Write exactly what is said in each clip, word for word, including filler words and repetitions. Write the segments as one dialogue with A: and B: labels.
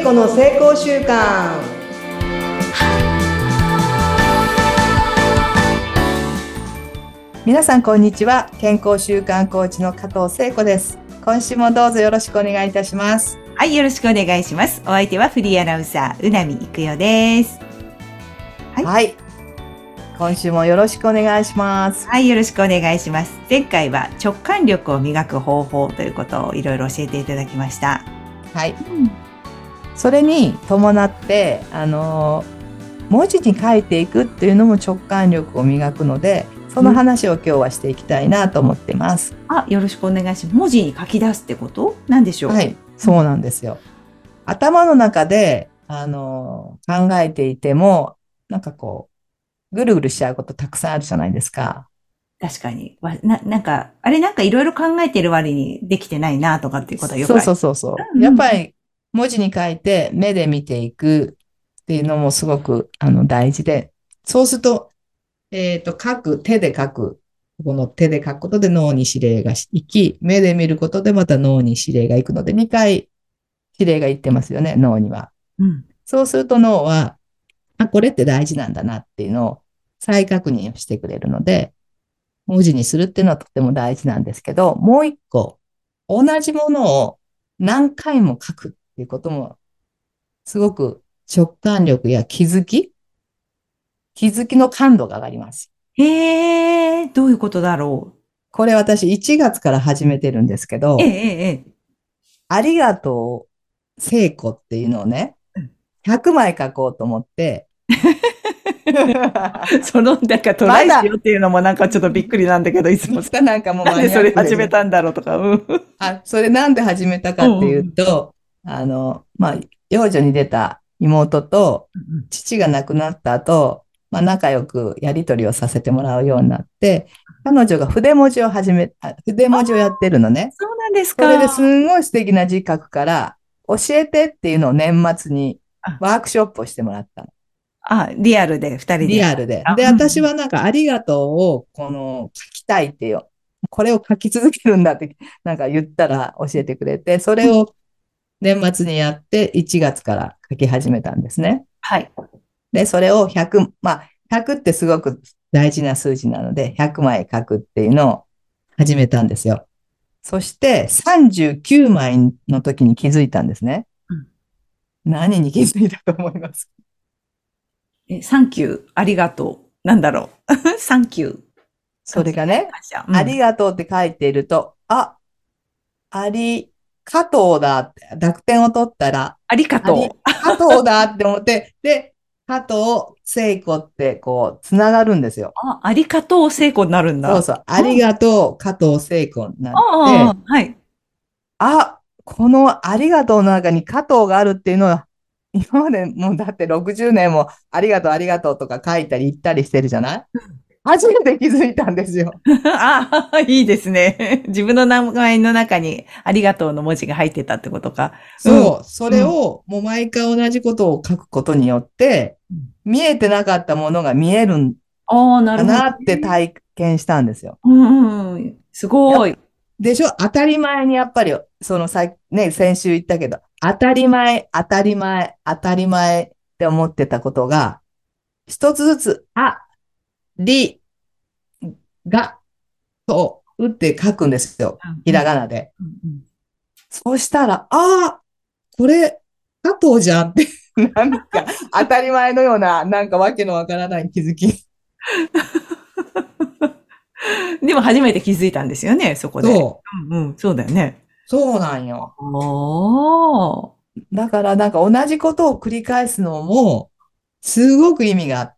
A: 子の成功習慣。皆さんこんにちは。健康習慣コーチの加藤聖子です。今週もどうぞよろしくお願いいたします。
B: はい、よろしくお願いします。お相手はフリーアナウンサー、うなみいくよです。
A: はい、はい、今週もよろしくお願いします。
B: はい、よろしくお願いします。前回は直感力を磨く方法ということをいろいろ教えていただきました。
A: はい、うん、それに伴ってあの文字に書いていくっていうのも直感力を磨くので、その話を今日はしていきたいなと思ってます。
B: あ、よろしくお願いします。文字に書き出すってことなんでしょう？
A: はい、そうなんですよ。頭の中であの考えていてもなんかこうぐるぐるしちゃうことたくさんあるじゃないですか。
B: 確かに。な、なんか、あれなんかいろいろ考えてる割にできてないなとかっていうことはよくある。
A: そうそうそうそう。
B: うんうん、
A: やっぱり文字に書いて目で見ていくっていうのもすごくあの大事で、そうすると、えっと、書く、手で書く。この手で書くことで脳に指令が行き、目で見ることでまた脳に指令が行くので、にかい指令が行ってますよね、脳には。うん、そうすると脳は、あ、これって大事なんだなっていうのを再確認をしてくれるので、文字にするっていうのはとても大事なんですけど、もう一個、同じものを何回も書くっていうことも、すごく直感力や気づき、気づきの感度が上がります。
B: へえ、どういうことだろう。
A: これ私いちがつから始めてるんですけど、
B: ええええ、
A: ありがとう、聖子っていうのをね、ひゃくまい書こうと思って、
B: その、なんかトライしようっていうのもなんかちょっとびっくりなんだけど、いつも。
A: なんかもう
B: なんでそれ
A: マニアックでしょ。
B: 始めたんだろうとか。うん、
A: あ、それなんで始めたかっていうと、うんうん、あの、まあ、養女に出た妹と、父が亡くなった後、まあ、仲良くやり取りをさせてもらうようになって、彼女が筆文字を始め、筆文字をやってるのね。
B: そうなんですか。
A: それですんごい素敵な字書くから、教えてっていうのを年末にワークショップをしてもらったの。
B: あ、リアルで、二人で。
A: リアルで。で、私はなんかありがとうを、この、書きたいっていう、これを書き続けるんだって、なんか言ったら教えてくれて、それを年末にやって、いちがつから書き始めたんですね。
B: はい。
A: で、それをひゃく、まあ、ひゃくってすごく大事な数字なので、ひゃくまい書くっていうのを始めたんですよ。そしてさんじゅうきゅうまいの時に気づいたんですね。うん、何に気づいたと思います？
B: え、サンキュー、ありがとう。なんだろう。サンキュー。
A: それがね、うん、ありがとうって書いていると、あ、あり、加藤だって、濁点を取ったら、
B: ありがとう。
A: 加藤だって思って、で、加藤聖子ってこう、つながるんですよ。
B: あ、ありがとう聖子になるんだ。
A: そうそう。ありがとう、加藤聖子になって、
B: はい。
A: あ、このありがとうの中に加藤があるっていうのは、今までもうだってろくじゅうねんもありがとうありがとうとか書いたり言ったりしてるじゃない？初めて気づいたんですよ。
B: ああ、いいですね。自分の名前の中にありがとうの文字が入ってたってことか。
A: そう、うん、それをもう毎回同じことを書くことによって、うん、見えてなかったものが見えるんだなって体験したんですよ。
B: うんうん、すごい。
A: でしょ？当たり前にやっぱり、そのさ、ね、先週言ったけど、当たり前、当たり前、当たり前って思ってたことが、一つずつ、あ、り、が、と、打って書くんですよ。ひらがなで。うんうん、そうしたら、ああ、これ、加藤じゃんって、なんか、当たり前のような、なんかわけのわからない気づき。
B: でも初めて気づいたんですよね、そこで。そう。うんうん、そうだよね。
A: そうなんよ。
B: おー。
A: だからなんか同じことを繰り返すのも、すごく意味があって、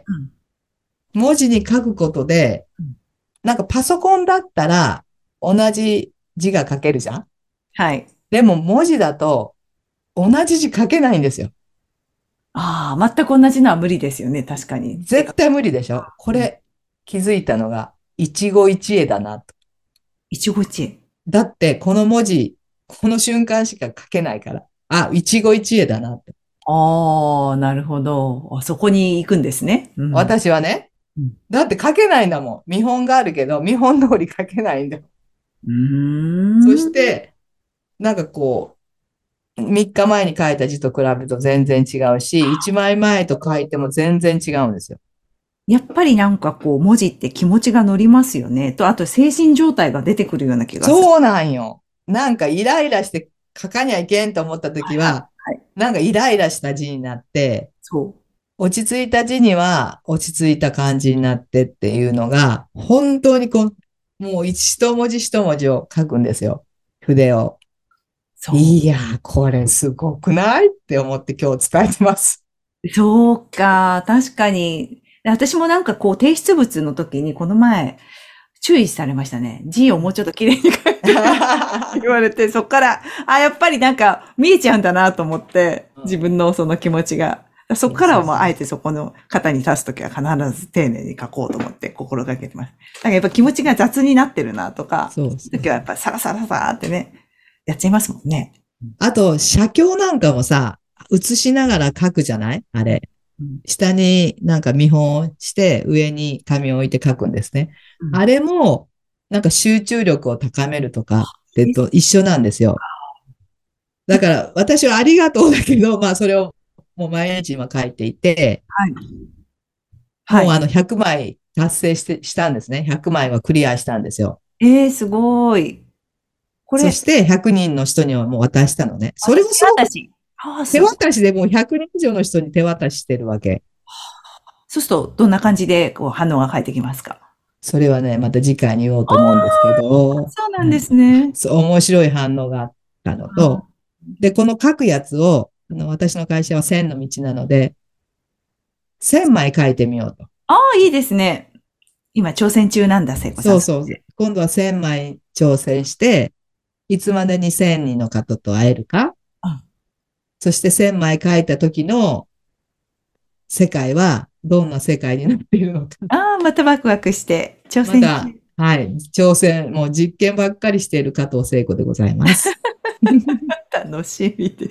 A: うん、文字に書くことで、なんかパソコンだったら同じ字が書けるじゃん？
B: はい。
A: でも文字だと同じ字書けないんですよ。
B: ああ、全く同じのは無理ですよね、確かに。
A: 絶対無理でしょ？これ気づいたのが一期一会だなと。
B: 一期一会。
A: だってこの文字、この瞬間しか書けないから。あ、一期一会だなって。
B: ああ、なるほど。あそこに行くんですね。
A: うん、私はね。だって書けないんだもん。見本があるけど、見本通り書けないんだよ。うーん。そして、なんかこみっかまえに書いた字と比べると全然違うし、いちまいまえと書いても全然違うんですよ。
B: やっぱりなんかこう、文字って気持ちが乗りますよね。と、あと精神状態が出てくるような気がする。
A: そうなんよ。なんかイライラして書かにゃいけんと思った時は、
B: はい。
A: なんかイライラした字になって、
B: そう。
A: 落ち着いた字には落ち着いた感じになってっていうのが、本当にこう、もう一文字一文字を書くんですよ。筆を。
B: そ
A: いやー、これすごくないって思って今日伝えてます。
B: う。そうか。確かに。私もなんかこう、提出物の時にこの前、注意されましたね。字をもうちょっと綺麗に書いてって言われて、そっから、あ、やっぱりなんか見えちゃうんだなと思って、自分のその気持ちが。そっからはもうあえてそこの方に立つときは必ず丁寧に書こうと思って心がけてます。だからやっぱ気持ちが雑になってるなとか、
A: そうそう。
B: 時はやっぱサラサラサラってね、やっちゃいますもんね。
A: あと、写経なんかもさ、写しながら書くじゃないあれ。
B: うん。
A: 下になんか見本して上に紙を置いて書くんですね。
B: うん。
A: あれも、なんか集中力を高めるとかってと一緒なんですよ。だから私はありがとうだけど、まあそれをもう毎日今書いていて、
B: はい。はい。
A: もうあのひゃくまい達成して、したんですね。ひゃくまいはクリアしたんですよ。
B: ええー、すごい。これ、
A: そしてひゃくにんの人にはもう渡したのね。
B: あ、手
A: それもすごく
B: 渡し。ああ、
A: 手
B: すごい。
A: 渡しでもうひゃくにん以上の人に手渡ししてるわけ。
B: そうすると、どんな感じでこう反応が返ってきますか？
A: それはね、また次回に言おうと思うんですけど、
B: そうなんで
A: はい。
B: すね。
A: そう、面白い反応があったのと、で、この書くやつを、あの、私の会社は千の道なので、千枚書いてみようと。
B: ああ、いいですね。今挑戦中なんだ、聖子さん。
A: そうそう。今度は千枚挑戦して、いつまでに千人の方と会えるか、
B: うん。
A: そして千枚書いた時の世界はどんな世界になっているのか。
B: ああ、またワクワクして挑戦中。
A: まだ、はい、挑戦、もう実験ばっかりしている加藤聖子でございます。
B: 楽しみです。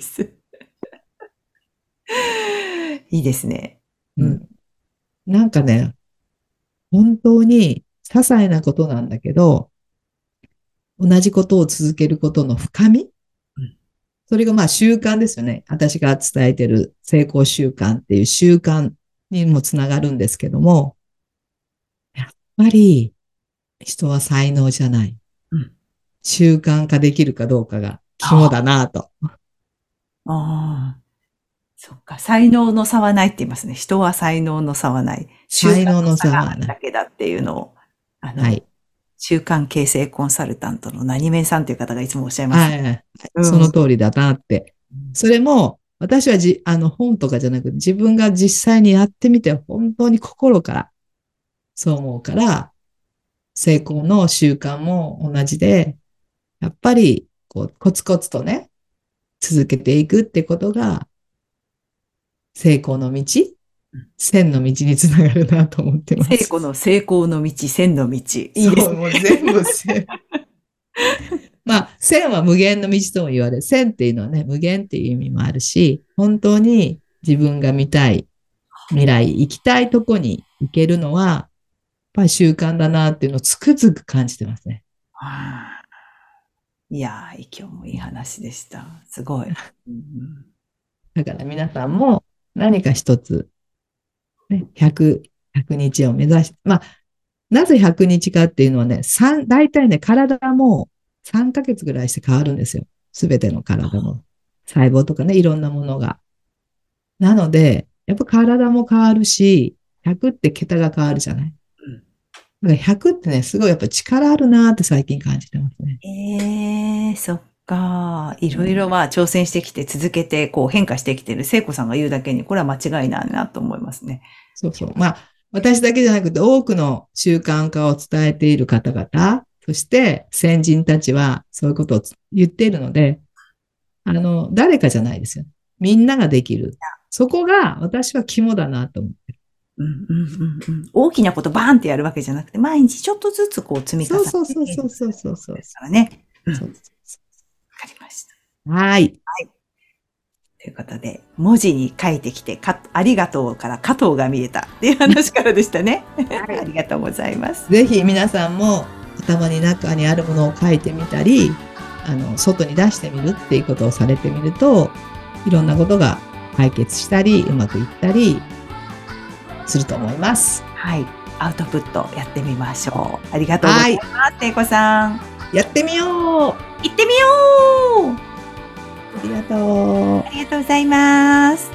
B: いいですね。うん。
A: うん、なんかね、本当に些細なことなんだけど、同じことを続けることの深み、
B: うん。
A: それがまあ習慣ですよね。私が伝えてる成功習慣っていう習慣にもつながるんですけども、やっぱり人は才能じゃない。
B: うん。
A: 習慣化できるかどうかが肝
B: あ
A: だなと。
B: あ、そっか。才能の差はないって言いますね。人は才能の差はない。習慣の
A: 才能の
B: 差がある
A: 差はない。
B: だけだっていうのを、あの、
A: はい。
B: 習慣形成コンサルタントの何面さんという方がいつもおっしゃいますね。
A: はい。
B: うん。
A: その通りだなって。それも、私はじ、あの本とかじゃなくて自分が実際にやってみて本当に心からそう思うから、成功の習慣も同じで、やっぱりこうコツコツとね、続けていくってことが成功の道、線の道につながるなと思ってます。
B: 聖子の成功の道、千の道。いいです
A: そう、
B: ね。
A: もう全部線。まあ、線は無限の道とも言われる。線っていうのはね、無限っていう意味もあるし、本当に自分が見たい未来、行きたいとこに行けるのは、やっぱり習慣だなっていうのをつくづく感じてますね。
B: はあ、いやー、今日もいい話でした。すごい。うん。
A: だから皆さんも何か一つ、ね、ひゃく、ひゃくにちを目指し、まあ、なぜひゃくにちかっていうのはね、三大体ね、体もさんかげつぐらいして変わるんですよ。すべての体の細胞とかね、いろんなものが。なので、やっぱ体も変わるし、ひゃくって桁が変わるじゃない。
B: うん。
A: だからひゃくってね、すごいやっぱ力あるなーって最近感じてますね。
B: ええ、そっか。いろいろまあ挑戦してきて続けてこう変化してきてる聖子さんが言うだけに、これは間違いないなと思いますね。
A: そうそう。まあ、私だけじゃなくて多くの習慣化を伝えている方々、そして先人たちはそういうことを言っているので、あの、誰かじゃないですよ。みんなができる。そこが私は肝だなと思う。
B: うんうんうんうん。大きなことバーンってやるわけじゃなくて、毎日ちょっとずつこう積み重
A: そうそう
B: ねて
A: そうそうそう
B: 継続するって
A: そうそう。
B: ことですからね。うん。わ
A: そうそ
B: かりました。
A: う。はい。
B: ということで、文字に書いてきて、か、ありがとうから加藤が見えたっていう話からでしたね。
A: は
B: あ
A: い。
B: りがとうございます。
A: ぜひ皆さんも頭に中にあるものを書いてみたり、 あの、外に出してみるっていうことをされてみると、いろんなことが解決したり、うまくいったりすると思います。
B: はい。アウトプットやってみましょう。ありがとうございます。ていこさん。
A: やってみよう。
B: 行ってみよう。
A: ありがとう。
B: ありがとうございます。